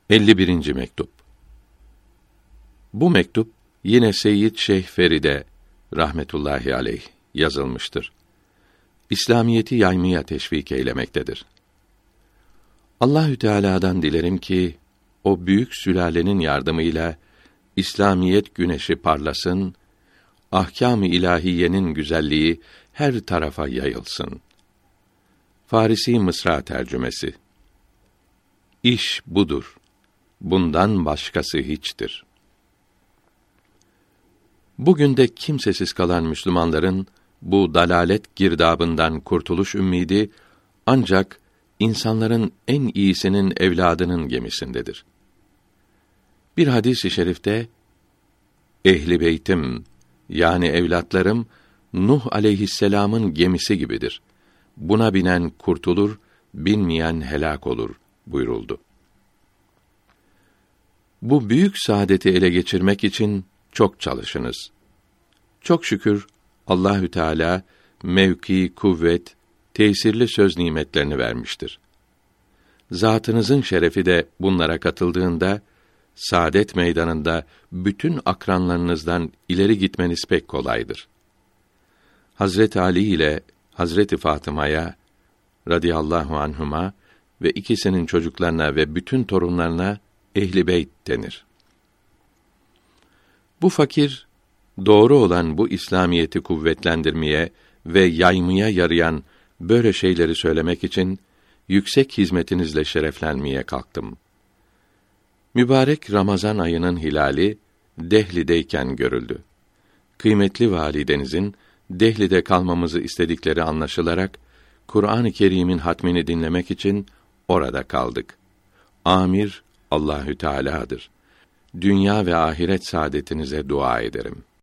51. mektup. Bu mektup yine Seyyid Şeyh Feride rahmetullahi aleyh yazılmıştır. İslamiyeti yaymaya teşvik eylemektedir. Allahü Teala'dan dilerim ki o büyük sülalenin yardımıyla İslamiyet güneşi parlasın, ahkâm-ı ilahiyenin güzelliği her tarafa yayılsın. Farisi Mısra tercümesi. İş budur. Bundan başkası hiçtir. Bugün de kimsesiz kalan Müslümanların bu dalalet girdabından kurtuluş ümmidi ancak insanların en iyisinin evladının gemisindedir. Bir hadis-i şerifte ehli beytim yani evlatlarım Nuh aleyhisselam'ın gemisi gibidir. Buna binen kurtulur, binmeyen helak olur buyuruldu. Bu büyük saadeti ele geçirmek için çok çalışınız. Çok şükür Allahü Teala mevki, kuvvet, tesirli söz nimetlerini vermiştir. Zatınızın şerefi de bunlara katıldığında saadet meydanında bütün akranlarınızdan ileri gitmeniz pek kolaydır. Hazret Ali ile Hazreti Fatıma'ya radıyallahu anhuma ve ikisinin çocuklarına ve bütün torunlarına ehli beyt denir. Bu fakir doğru olan bu İslamiyeti kuvvetlendirmeye ve yaymaya yarayan böyle şeyleri söylemek için yüksek hizmetinizle şereflenmeye kalktım. Mübarek Ramazan ayının hilali Dehli'deyken görüldü. Kıymetli validenizin Dehli'de kalmamızı istedikleri anlaşılarak Kur'an-ı Kerim'in hatmini dinlemek için orada kaldık. Amir Allahü Teala'dır. Dünya ve ahiret saadetinize dua ederim.